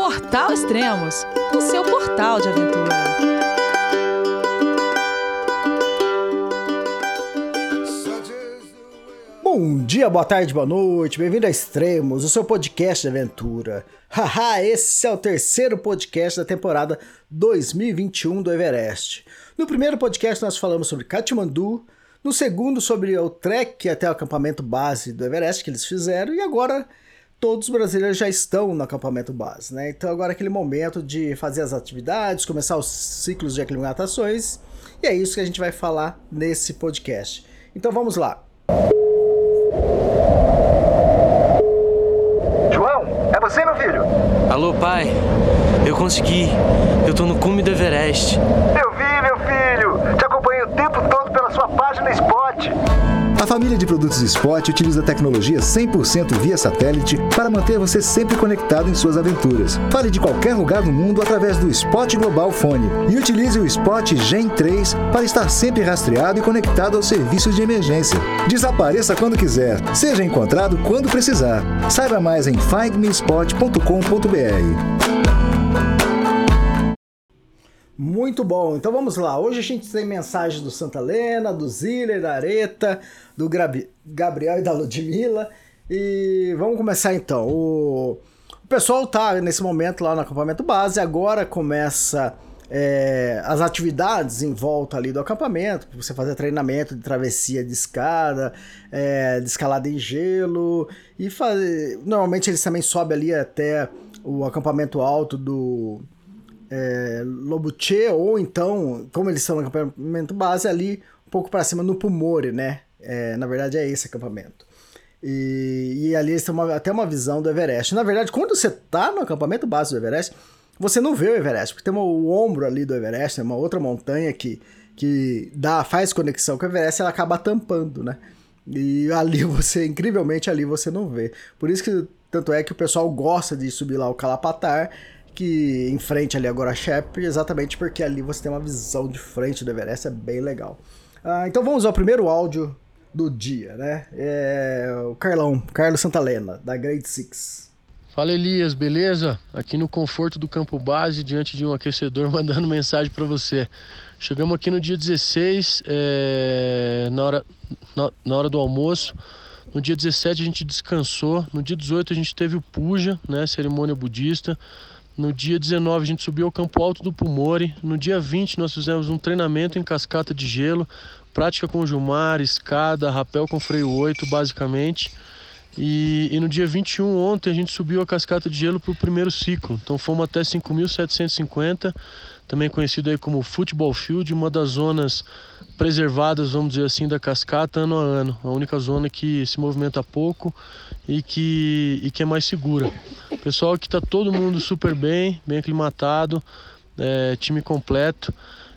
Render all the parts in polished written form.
Portal Extremos, o seu portal de aventura. Bom dia, boa tarde, boa noite, bem-vindo a Extremos, o seu podcast de aventura. Haha, esse é o terceiro podcast da temporada 2021 do Everest. No primeiro podcast nós falamos sobre Katmandu, no segundo sobre o trek até o acampamento base do Everest que eles fizeram, e agora todos os brasileiros já estão no acampamento base, né? Então agora é aquele momento de fazer as atividades, começar os ciclos de aclimatações, e é isso que a gente vai falar nesse podcast. Então vamos lá. É você, meu filho? Alô, pai. Eu consegui. Eu tô no cume do Everest. Eu vi, meu filho. Te acompanhei o tempo todo pela sua página Spot. A família de produtos Spot utiliza tecnologia 100% via satélite para manter você sempre conectado em suas aventuras. Fale de qualquer lugar do mundo através do Spot Global Fone e utilize o Spot Gen 3 para estar sempre rastreado e conectado aos serviços de emergência. Desapareça quando quiser, seja encontrado quando precisar. Saiba mais em findmespot.com.br. Muito bom, então vamos lá. Hoje a gente tem mensagem do Santa Helena, do Ziller, da Areta, do Gabriel e da Ludmilla. E vamos começar então. O pessoal tá nesse momento lá no acampamento base, agora começa as atividades em volta ali do acampamento, para você fazer treinamento de travessia de escada, de escalada em gelo, e normalmente eles também sobem ali até o acampamento alto do Lobuche, ou então, como eles estão no acampamento base, ali um pouco para cima no Pumori, né? Na verdade é esse acampamento. E ali eles têm até uma visão do Everest. Na verdade, quando você tá no acampamento base do Everest, você não vê o Everest, porque tem o ombro ali do Everest, uma outra montanha que faz conexão com o Everest, ela acaba tampando, né? E ali incrivelmente ali você não vê. Por isso que, tanto é que o pessoal gosta de subir lá o Kalapatar, que em frente ali agora a Shep, exatamente porque ali você tem uma visão de frente do Everest, é bem legal. Então vamos ao primeiro áudio do dia, né? O Carlos Santa Helena, da Grade 6. Fala, Elias, beleza? Aqui no conforto do campo base, diante de um aquecedor, mandando mensagem para você. Chegamos aqui no dia 16, na hora do almoço. No dia 17 a gente descansou. No dia 18 a gente teve o Puja, né, cerimônia budista. No dia 19 a gente subiu ao campo alto do Pumori. No dia 20 nós fizemos um treinamento em cascata de gelo, prática com Jumar, escada, rapel com freio 8, basicamente. E no dia 21, ontem, a gente subiu a cascata de gelo para o primeiro ciclo. Então fomos até 5.750, também conhecido aí como Football Field, uma das zonas preservadas, vamos dizer assim, da cascata ano a ano. A única zona que se movimenta pouco e que é mais segura. Pessoal, aqui está todo mundo super bem aclimatado, time completo.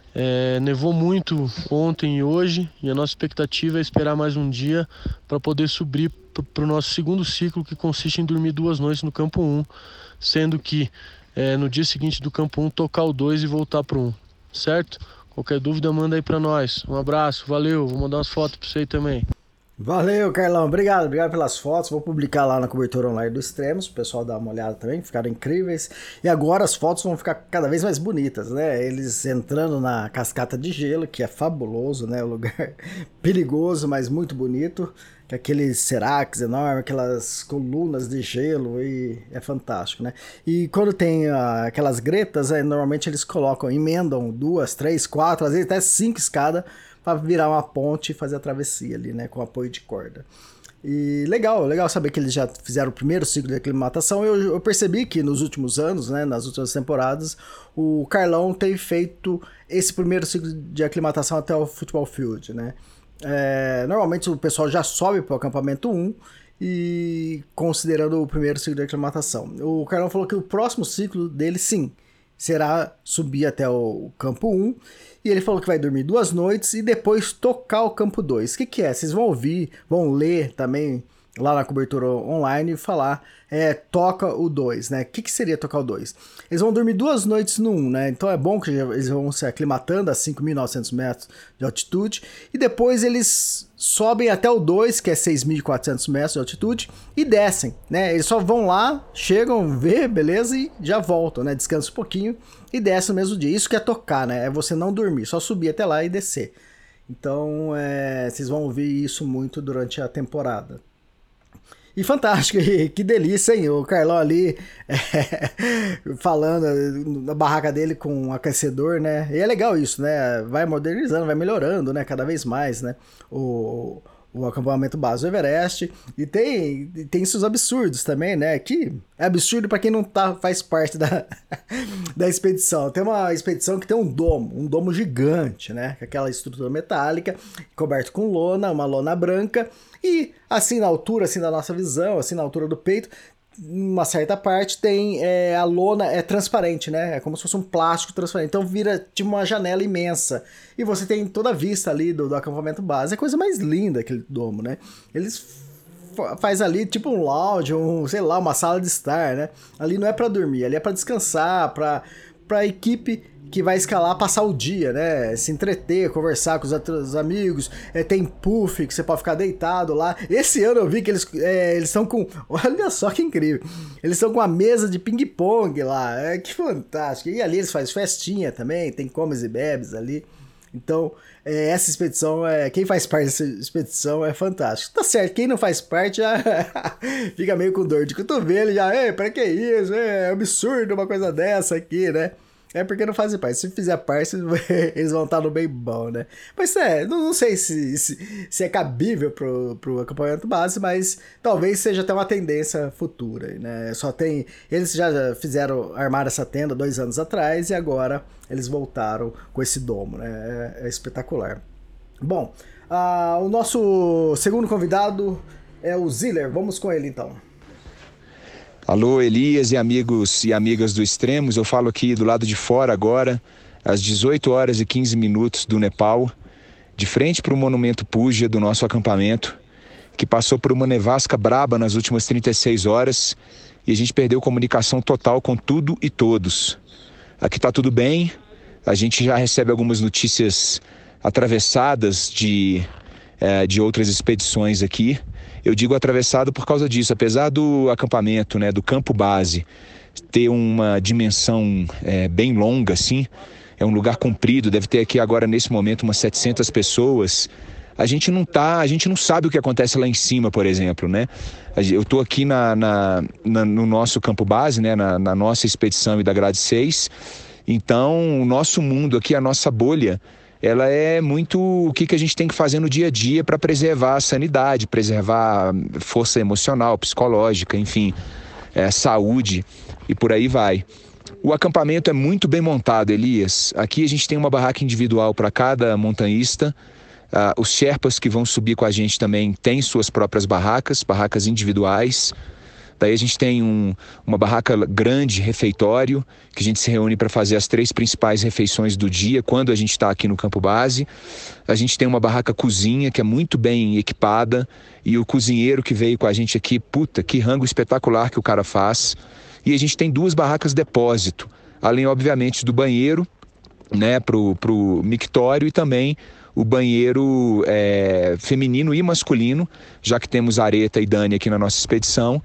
Nevou muito ontem e hoje, e a nossa expectativa é esperar mais um dia para poder subir para o nosso segundo ciclo, que consiste em dormir 2 noites no campo 1, sendo que no dia seguinte do campo 1 tocar o 2 e voltar para o 1, certo? Qualquer dúvida manda aí para nós. Um abraço, valeu, vou mandar umas fotos para você aí também. Valeu, Carlão, obrigado pelas fotos, vou publicar lá na cobertura online do Extremos, o pessoal dá uma olhada também, ficaram incríveis, e agora as fotos vão ficar cada vez mais bonitas, né, eles entrando na cascata de gelo, que é fabuloso, né, um lugar perigoso, mas muito bonito, com aqueles seracs enormes, aquelas colunas de gelo, e é fantástico, né, e quando tem aquelas gretas, normalmente eles emendam 2, 3, 4, às vezes até 5 escadas, para virar uma ponte e fazer a travessia ali, né, com apoio de corda. E legal saber que eles já fizeram o primeiro ciclo de aclimatação. Eu percebi que nos últimos anos, né, nas últimas temporadas, o Carlão tem feito esse primeiro ciclo de aclimatação até o Football Field, né. Normalmente o pessoal já sobe para o acampamento 1 e considerando o primeiro ciclo de aclimatação. O Carlão falou que o próximo ciclo dele, sim, será subir até o campo 1, e ele falou que vai dormir 2 noites e depois tocar o campo 2. O que é? Vocês vão ouvir, vão ler também lá na cobertura online e falar, toca o 2, né? O que seria tocar o 2? Eles vão dormir 2 noites no 1, né? Então é bom que eles vão se aclimatando a 5.900 metros de altitude e depois eles sobem até o 2, que é 6.400 metros de altitude, e descem, né? Eles só vão lá, chegam, vê, beleza, e já voltam, né? Descansam um pouquinho e descem no mesmo dia. Isso que é tocar, né? É você não dormir, só subir até lá e descer. Então, vocês vão ouvir isso muito durante a temporada. E fantástico, que delícia, hein? O Carlão ali falando na barraca dele com um aquecedor, né? E é legal isso, né? Vai modernizando, vai melhorando, né? Cada vez mais, né? O acampamento base do Everest. E tem esses absurdos também, né? Que é absurdo para quem não faz parte da expedição. Tem uma expedição que tem um domo gigante, né? Com aquela estrutura metálica, coberto com lona, uma lona branca. E assim na altura, assim da nossa visão, assim na altura do peito, uma certa parte tem a lona é transparente, né? É como se fosse um plástico transparente. Então vira tipo uma janela imensa. E você tem toda a vista ali do acampamento base. É a coisa mais linda aquele domo, né? Eles faz ali tipo um lounge, sei lá, uma sala de estar, né? Ali não é para dormir, ali é para descansar, para equipe que vai escalar, passar o dia, né? Se entreter, conversar com os outros amigos. Tem puff que você pode ficar deitado lá. Esse ano eu vi que eles estão com... Olha só que incrível. Eles estão com a mesa de ping-pong lá. Que fantástico. E ali eles fazem festinha também. Tem comes e bebes ali. Então, essa expedição, quem faz parte dessa expedição é fantástico. Tá certo, quem não faz parte já fica meio com dor de cotovelo. Já, pra que isso? É absurdo uma coisa dessa aqui, né? É porque não fazem parte. Se fizer parte, eles vão estar no bem bom, né? Mas não sei se é cabível pro acampamento base, mas talvez seja até uma tendência futura, né? Eles já armaram essa tenda 2 anos atrás e agora eles voltaram com esse domo, né? É espetacular. Bom, o nosso segundo convidado é o Ziller. Vamos com ele então. Alô, Elias e amigos e amigas do Extremos, eu falo aqui do lado de fora agora, às 18 horas e 15 minutos do Nepal, de frente para o monumento Puja do nosso acampamento, que passou por uma nevasca braba nas últimas 36 horas e a gente perdeu comunicação total com tudo e todos. Aqui está tudo bem, a gente já recebe algumas notícias atravessadas de outras expedições aqui. Eu digo atravessado por causa disso, apesar do acampamento, né, do campo base, ter uma dimensão bem longa, assim, é um lugar comprido, deve ter aqui agora nesse momento umas 700 pessoas, a gente não sabe o que acontece lá em cima, por exemplo, né? Eu estou aqui no nosso campo base, né, na nossa expedição e da grade 6, então o nosso mundo aqui, a nossa bolha, ela é muito o que a gente tem que fazer no dia a dia para preservar a sanidade, preservar a força emocional, psicológica, enfim, saúde e por aí vai. O acampamento é muito bem montado, Elias. Aqui a gente tem uma barraca individual para cada montanhista. Os Sherpas que vão subir com a gente também têm suas próprias barracas individuais. Daí a gente tem uma barraca grande, refeitório, que a gente se reúne para fazer as 3 principais refeições do dia, quando a gente está aqui no campo base. A gente tem uma barraca cozinha, que é muito bem equipada, e o cozinheiro que veio com a gente aqui, que rango espetacular que o cara faz. E a gente tem 2 barracas depósito, além, obviamente, do banheiro, né, pro mictório e também o banheiro feminino e masculino, já que temos Areta e Dani aqui na nossa expedição,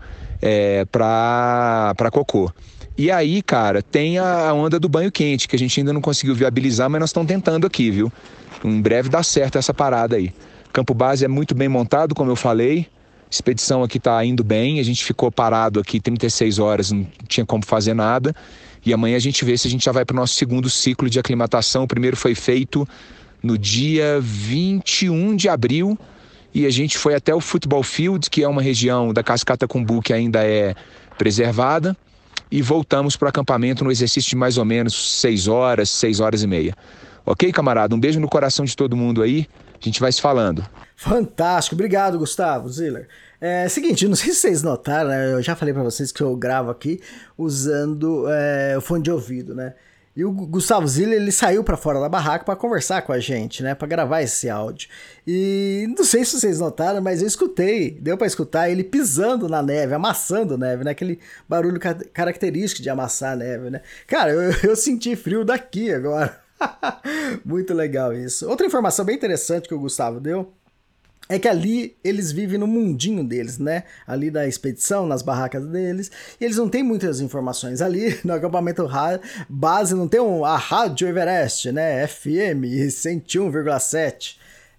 para cocô. E aí, cara, tem a onda do banho quente, que a gente ainda não conseguiu viabilizar, mas nós estamos tentando aqui, viu? Em breve dá certo essa parada aí. Campo base é muito bem montado, como eu falei. Expedição aqui tá indo bem. A gente ficou parado aqui 36 horas, não tinha como fazer nada. E amanhã a gente vê se a gente já vai para o nosso segundo ciclo de aclimatação. O primeiro foi feito no dia 21 de abril. E a gente foi até o Football Field, que é uma região da Cascata Cumbu que ainda é preservada, e voltamos para o acampamento no exercício de mais ou menos 6 horas e meia. Ok, camarada? Um beijo no coração de todo mundo aí, a gente vai se falando. Fantástico, obrigado, Gustavo Ziller. Seguinte, não sei se vocês notaram, né? Eu já falei para vocês que eu gravo aqui usando o fone de ouvido, né? E o Gustavo Ziller, ele saiu para fora da barraca para conversar com a gente, né, para gravar esse áudio. E não sei se vocês notaram, mas eu escutei, deu para escutar ele pisando na neve, amassando neve, né, aquele barulho característico de amassar neve, né. Cara, eu senti frio daqui agora. Muito legal isso. Outra informação bem interessante que o Gustavo deu é que ali eles vivem no mundinho deles, né? Ali da expedição, nas barracas deles, e eles não têm muitas informações. Ali no acampamento base não tem a Rádio Everest, né? FM 101,7.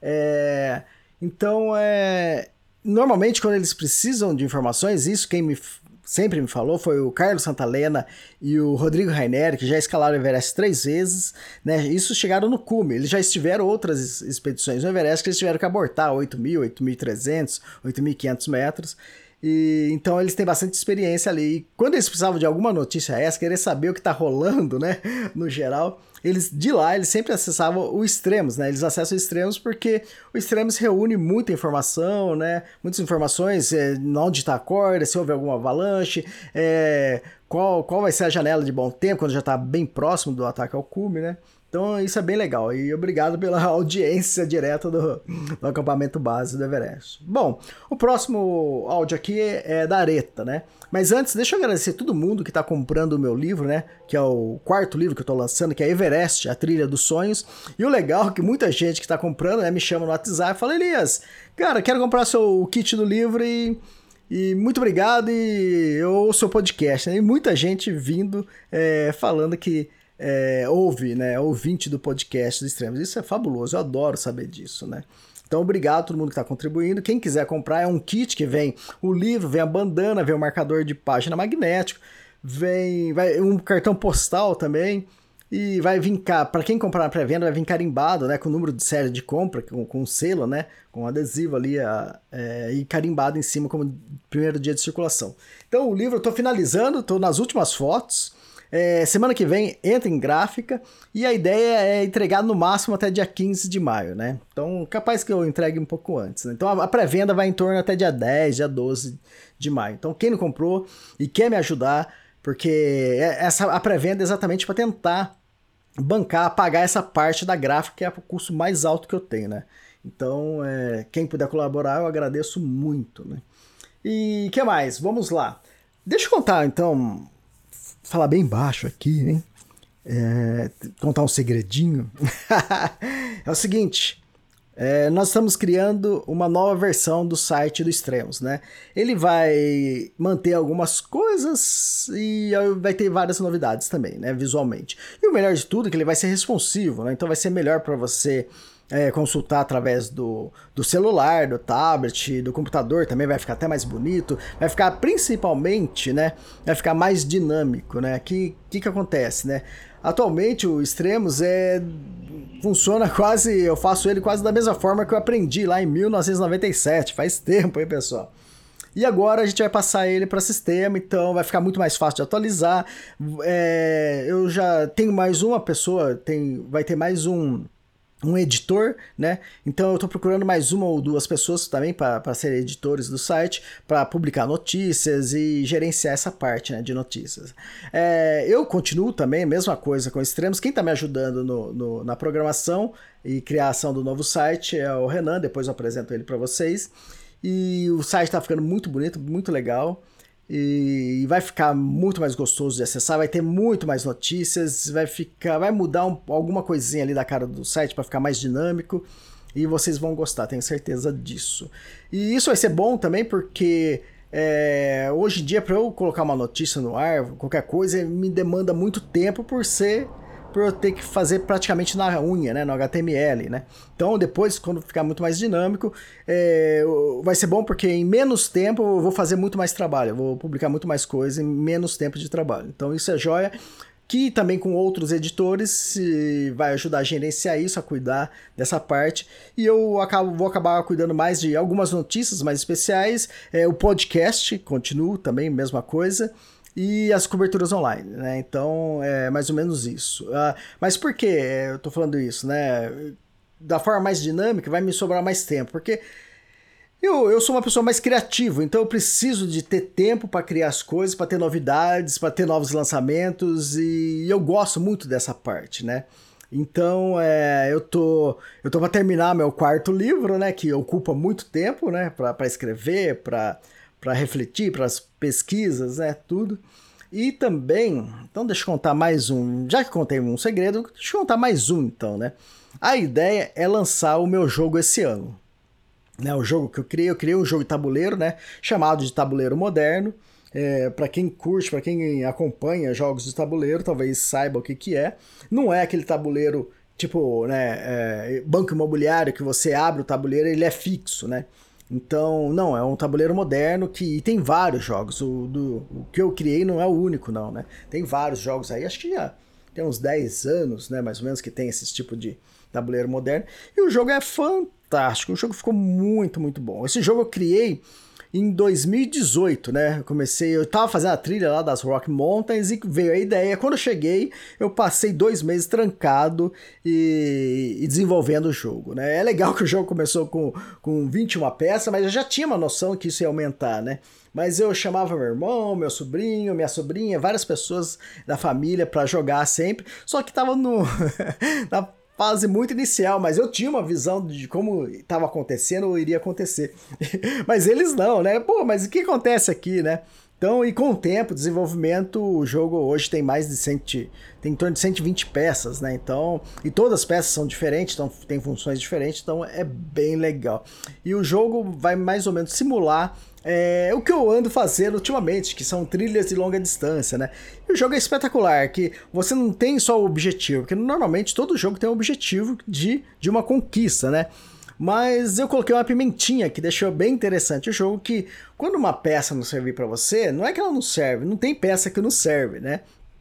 Então, normalmente quando eles precisam de informações, isso quem sempre me falou foi o Carlos Santalena e o Rodrigo Raineri, que já escalaram o Everest 3 vezes, né? Isso chegaram no cume. Eles já estiveram outras expedições no Everest que eles tiveram que abortar 8.000, 8.300, 8.500 metros. E então eles têm bastante experiência ali. E quando eles precisavam de alguma notícia essa, querer saber o que está rolando, né, no geral, eles sempre acessavam o Extremos, né? Eles acessam o Extremos porque o Extremos reúne muita informação, né? Muitas informações, onde está a corda, se houve alguma avalanche, qual vai ser a janela de bom tempo, quando já está bem próximo do ataque ao cume, né? Então isso é bem legal, e obrigado pela audiência direta do acampamento base do Everest. Bom, o próximo áudio aqui é da Areta, né? Mas antes, deixa eu agradecer todo mundo que está comprando o meu livro, né? Que é o 4º livro que eu estou lançando, que é Everest, a Trilha dos Sonhos. E o legal é que muita gente que está comprando, né, me chama no WhatsApp e fala: Elias, cara, quero comprar o kit do livro e muito obrigado, e eu ouço o seu podcast, né? E muita gente vindo falando que ouve, né, ouvinte do podcast do Extremos. Isso é fabuloso, eu adoro saber disso, né? Então, obrigado a todo mundo que está contribuindo. Quem quiser comprar, é um kit que vem o livro, vem a bandana, vem o marcador de página magnético, vai um cartão postal também, e vai vir cá, para quem comprar na pré-venda, vai vir carimbado, né, com o número de série de compra, com selo, né, com adesivo ali, e carimbado em cima como primeiro dia de circulação. Então, o livro eu estou finalizando, estou nas últimas fotos. Semana que vem entra em gráfica e a ideia é entregar no máximo até dia 15 de maio, né? Então, capaz que eu entregue um pouco antes, né? Então, a pré-venda vai em torno até dia 10, dia 12 de maio. Então, quem não comprou e quer me ajudar, porque a pré-venda é exatamente para tentar pagar essa parte da gráfica, que é o custo mais alto que eu tenho, né? Então, quem puder colaborar, eu agradeço muito, né? E o que mais? Vamos lá. Deixa eu contar, então, falar bem baixo aqui, hein? Contar um segredinho. É o seguinte, nós estamos criando uma nova versão do site do Extremos, né? Ele vai manter algumas coisas e vai ter várias novidades também, né? Visualmente. E o melhor de tudo é que ele vai ser responsivo, né? Então vai ser melhor para você consultar através do celular, do tablet, do computador, também vai ficar até mais bonito, vai ficar principalmente, né, vai ficar mais dinâmico, né? Que acontece, né? Atualmente o Extremos funciona quase, eu faço ele quase da mesma forma que eu aprendi lá em 1997, faz tempo, hein, pessoal? E agora a gente vai passar ele para sistema, então vai ficar muito mais fácil de atualizar. Eu já tenho mais uma pessoa, vai ter mais um editor, né? Então eu tô procurando mais uma ou duas pessoas também para serem editores do site, para publicar notícias e gerenciar essa parte, né, de notícias. Eu continuo também, a mesma coisa com Extremos. Quem tá me ajudando na programação e criação do novo site é o Renan, depois eu apresento ele para vocês. E o site tá ficando muito bonito, muito legal. E vai ficar muito mais gostoso de acessar, vai ter muito mais notícias, vai mudar alguma coisinha ali da cara do site para ficar mais dinâmico, e vocês vão gostar, tenho certeza disso. E isso vai ser bom também porque hoje em dia, para eu colocar uma notícia no ar, qualquer coisa, me demanda muito tempo por eu ter que fazer praticamente na unha, né, no HTML, né? Então depois, quando ficar muito mais dinâmico, vai ser bom porque em menos tempo eu vou fazer muito mais trabalho, eu vou publicar muito mais coisa em menos tempo de trabalho. Então isso é joia, que também com outros editores vai ajudar a gerenciar isso, a cuidar dessa parte, e eu vou acabar cuidando mais de algumas notícias mais especiais, o podcast, continuo também, mesma coisa, e as coberturas online, né? Então, é mais ou menos isso. Mas por que eu tô falando isso, né? Da forma mais dinâmica, vai me sobrar mais tempo, porque Eu sou uma pessoa mais criativa, então eu preciso de ter tempo para criar as coisas, para ter novidades, para ter novos lançamentos, e eu gosto muito dessa parte, né? Então, eu tô para terminar meu 4º livro, né, que ocupa muito tempo, né, para escrever, para refletir, para as pesquisas, né, tudo. E também, então deixa eu contar mais um, já que contei um segredo, deixa eu contar mais um então, né? A ideia é lançar o meu jogo esse ano. Né, o jogo que eu criei um jogo de tabuleiro, né, chamado de Tabuleiro Moderno. Para quem curte, para quem acompanha jogos de tabuleiro, talvez saiba o que é. Não é aquele tabuleiro tipo, né, banco imobiliário que você abre o tabuleiro e ele é fixo, né? Então, não, é um tabuleiro moderno que tem vários jogos. O que eu criei não é o único, não, né? Tem vários jogos aí, acho que já tem uns 10 anos, né, mais ou menos, que tem esse tipo de tabuleiro moderno. E o jogo é fantástico, o jogo ficou muito, muito bom. Esse jogo eu criei em 2018, né? Eu tava fazendo a trilha lá das Rocky Mountains e veio a ideia. Quando eu cheguei, eu passei 2 meses trancado e desenvolvendo o jogo, né? É legal que o jogo começou com 21 peças, mas eu já tinha uma noção que isso ia aumentar, né? Mas eu chamava meu irmão, meu sobrinho, minha sobrinha, várias pessoas da família para jogar sempre, só que tava na fase muito inicial, mas eu tinha uma visão de como estava acontecendo ou iria acontecer. Mas eles não, né? Pô, mas o que acontece aqui, né? Então, e com o tempo, desenvolvimento, o jogo hoje tem tem em torno de 120 peças, né? Então, e todas as peças são diferentes, então tem funções diferentes, então é bem legal. E o jogo vai mais ou menos simular o que eu ando fazendo ultimamente, que são trilhas de longa distância, né? E o jogo é espetacular, que você não tem só o objetivo, porque normalmente todo jogo tem o objetivo de uma conquista, né? Mas eu coloquei uma pimentinha que deixou bem interessante o jogo, que quando uma peça não servir para você, não é que ela não serve, não tem peça que não serve, né?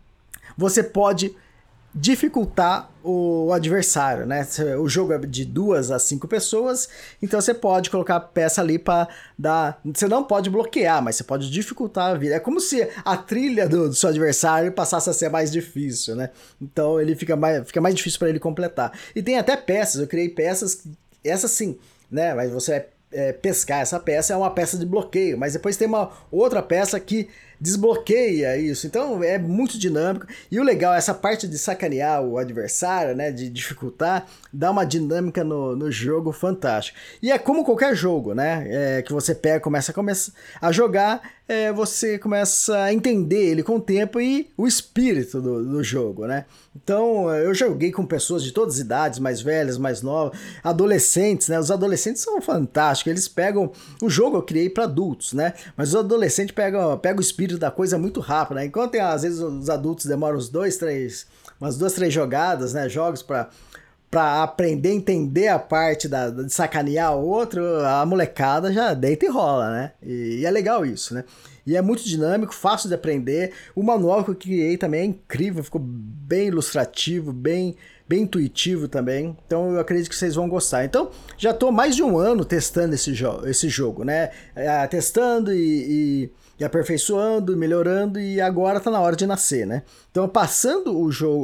Você pode dificultar o adversário, né? O jogo é de 2 a 5 pessoas, então você pode colocar a peça ali para dar... Você não pode bloquear, mas você pode dificultar a vida. É como se a trilha do seu adversário passasse a ser mais difícil, né? Então ele fica mais difícil para ele completar. E tem até peças, eu criei peças, essa sim, né? Mas você vai pescar essa peça, é uma peça de bloqueio, mas depois tem uma outra peça que desbloqueia isso, então é muito dinâmico. E o legal, essa parte de sacanear o adversário, né, de dificultar, dá uma dinâmica no jogo fantástico. E é como qualquer jogo, né, que você pega, começa a jogar, você começa a entender ele com o tempo e o espírito do jogo, né. Então eu joguei com pessoas de todas as idades, mais velhas, mais novas, adolescentes, né, os adolescentes são fantásticos, eles pegam, o jogo eu criei para adultos, né, mas os adolescentes pegam o espírito da coisa muito rápido, né? Enquanto às vezes os adultos demoram umas 2, 3 jogadas, né? Jogos para aprender a entender a parte de sacanear o outro, a molecada já deita e rola, né? E é legal isso, né? E é muito dinâmico, fácil de aprender. O manual que eu criei também é incrível, ficou bem ilustrativo, bem intuitivo também. Então eu acredito que vocês vão gostar. Então já estou mais de 1 ano testando esse jogo, né? Testando e aperfeiçoando, melhorando, e agora tá na hora de nascer, né? Então, passando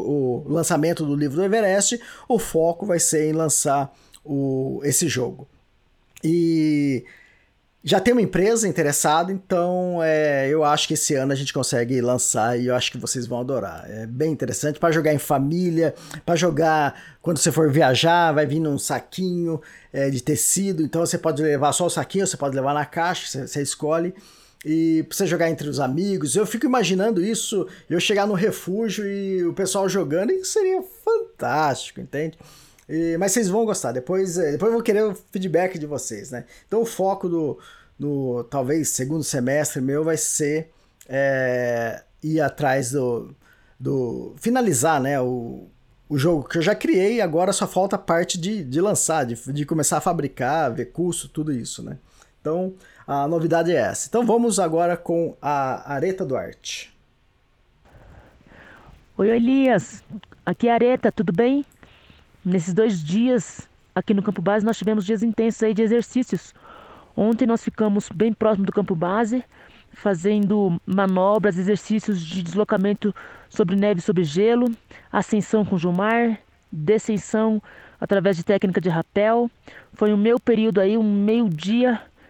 o lançamento do livro do Everest, o foco vai ser em lançar esse jogo. E já tem uma empresa interessada, então eu acho que esse ano a gente consegue lançar e eu acho que vocês vão adorar. É bem interessante para jogar em família, para jogar quando você for viajar, vai vir num saquinho de tecido, então você pode levar só o saquinho, você pode levar na caixa, você escolhe. E pra você jogar entre os amigos, eu fico imaginando isso, eu chegar no refúgio e o pessoal jogando, isso seria fantástico, entende? Mas vocês vão gostar, depois eu vou querer o feedback de vocês, né? Então o foco do talvez segundo semestre meu vai ser ir atrás do finalizar, né, o jogo que eu já criei, agora só falta a parte de lançar, de começar a fabricar, ver custo, tudo isso, né? Então a novidade é essa. Então vamos agora com a Areta Duarte. Oi, Elias. Aqui é a Areta, tudo bem? Nesses 2 dias aqui no Campo Base nós tivemos dias intensos aí de exercícios. Ontem nós ficamos bem próximo do Campo Base, fazendo manobras, exercícios de deslocamento sobre neve e sobre gelo, ascensão com Gilmar, descensão através de técnica de rapel. Foi o meu período aí, um meio-dia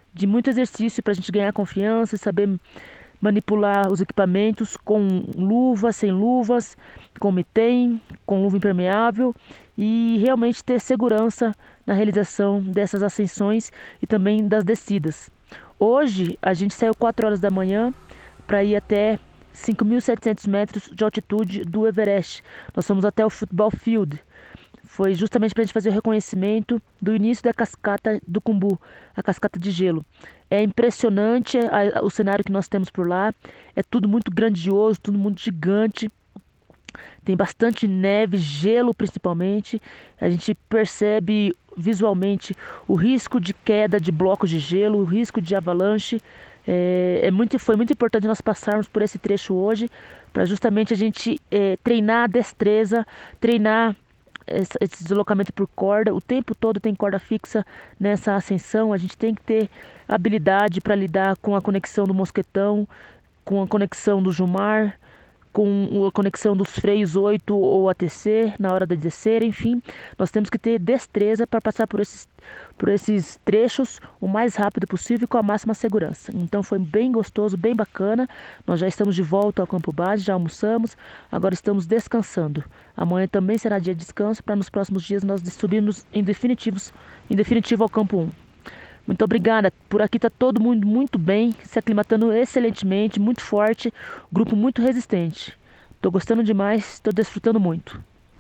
de muito exercício para a gente ganhar confiança e saber manipular os equipamentos com luvas, sem luvas, com mitten, com luva impermeável e realmente ter segurança na realização dessas ascensões e também das descidas. Hoje a gente saiu 4 horas da manhã para ir até 5.700 metros de altitude do Everest. Nós fomos até o Football Field. Foi justamente para a gente fazer o reconhecimento do início da cascata do Khumbu, a cascata de gelo. É impressionante o cenário que nós temos por lá. É tudo muito grandioso, tudo muito gigante. Tem bastante neve, gelo principalmente. A gente percebe visualmente o risco de queda de blocos de gelo, o risco de avalanche. Foi muito importante nós passarmos por esse trecho hoje para justamente a gente treinar a destreza, treinar esse deslocamento por corda. O tempo todo tem corda fixa nessa ascensão. A gente tem que ter habilidade para lidar com a conexão do mosquetão, com a conexão do Jumar, com a conexão dos freios 8 ou ATC na hora de descer. Enfim, nós temos que ter destreza para passar por esses trechos o mais rápido possível e com a máxima segurança. Então foi bem gostoso, bem bacana. Nós já estamos de volta ao campo base, já almoçamos, agora estamos descansando. Amanhã também será dia de descanso para nos próximos dias nós subirmos em definitivo ao campo 1. Muito obrigada. Por aqui está todo mundo muito bem, se aclimatando excelentemente, muito forte, grupo muito resistente. Estou gostando demais, estou desfrutando muito.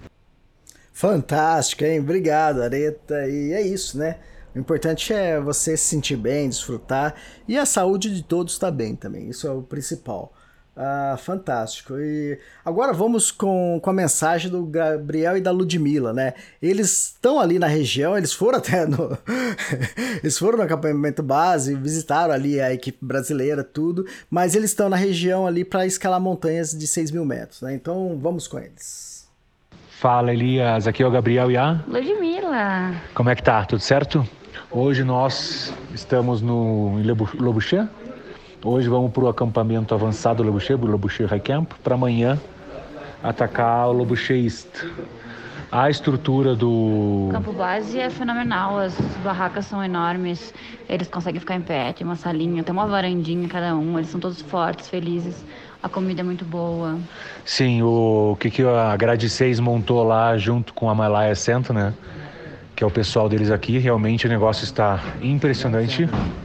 Fantástico, hein? Obrigado, Areta. E é isso, né? O importante é você se sentir bem, desfrutar e a saúde de todos está bem também. Isso é o principal. Fantástico. E agora vamos com a mensagem do Gabriel e da Ludmila, né? Eles estão ali na região, eles foram até eles foram no acampamento base, visitaram ali a equipe brasileira, tudo, mas eles estão na região ali para escalar montanhas de 6.000 metros, né? Então vamos com eles. Fala, Elias, aqui é o Gabriel e a Ludmila. Como é que tá? Tudo certo? Hoje nós estamos em Le Boucher. Hoje vamos para o acampamento avançado do Le Boucher High Camp, para amanhã atacar o Le Boucher East. A estrutura do campo base é fenomenal, as barracas são enormes, eles conseguem ficar em pé, tem uma salinha, tem uma varandinha cada um, eles são todos fortes, felizes, a comida é muito boa. Sim, o que a Grade 6 montou lá junto com a Malaya Center, né? Que é o pessoal deles aqui, realmente o negócio está impressionante.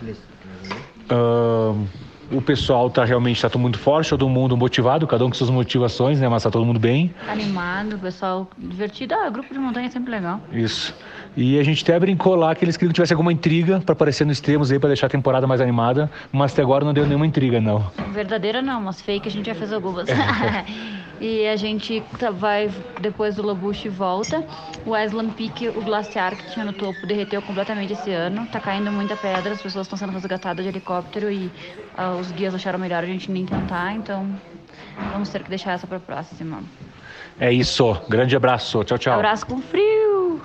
O pessoal realmente tá todo mundo forte, todo mundo motivado, cada um com suas motivações, né? Mas tá todo mundo bem. Animado, o pessoal divertido. Grupo de montanha é sempre legal. Isso. E a gente até brincou lá que eles queriam que tivesse alguma intriga pra aparecer nos extremos aí, pra deixar a temporada mais animada, mas até agora não deu nenhuma intriga, não. Verdadeira não, mas fake a gente já fez algumas. E a gente vai, depois do Le Boucher, volta. O Island Peak, o glaciar que tinha no topo, derreteu completamente esse ano. Tá caindo muita pedra, as pessoas estão sendo resgatadas de helicóptero e os guias acharam melhor a gente nem tentar, então vamos ter que deixar essa pra próxima. É isso, grande abraço, tchau, tchau. Abraço com frio!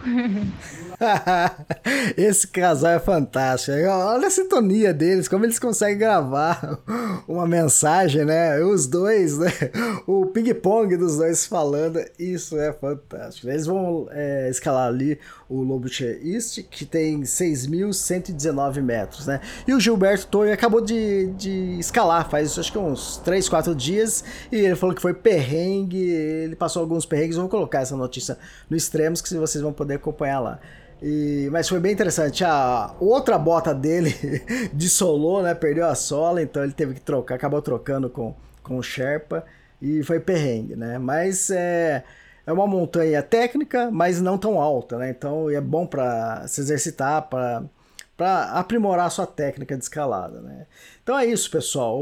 Esse casal é fantástico. Olha a sintonia deles, como eles conseguem gravar uma mensagem, né? Os dois, né? O ping-pong dos dois falando, isso é fantástico. Eles vão escalar ali o Le Boucher East, que tem 6.119 metros, né? E o Gilberto Toio acabou de escalar faz acho que uns 3, 4 dias e ele falou que foi perrengue, ele passou alguns perrengues. Eu vou colocar essa notícia no Extremos que vocês vão poder acompanhar lá. Mas foi bem interessante. A outra bota dele dissolou, né? Perdeu a sola, então ele teve que trocar, acabou trocando com o Sherpa e foi perrengue, né? Mas é uma montanha técnica, mas não tão alta, né? Então é bom para se exercitar, para aprimorar a sua técnica de escalada, né? Então é isso, pessoal.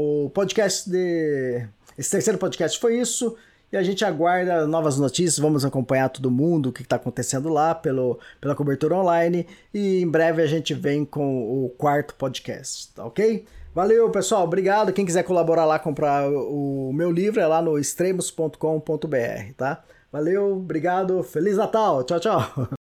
Esse terceiro podcast foi isso. E a gente aguarda novas notícias, vamos acompanhar todo mundo, o que está acontecendo lá pela cobertura online. E em breve a gente vem com o 4º podcast, tá ok? Valeu, pessoal, obrigado. Quem quiser colaborar lá, comprar o meu livro, é lá no extremos.com.br, tá? Valeu, obrigado, Feliz Natal, tchau, tchau!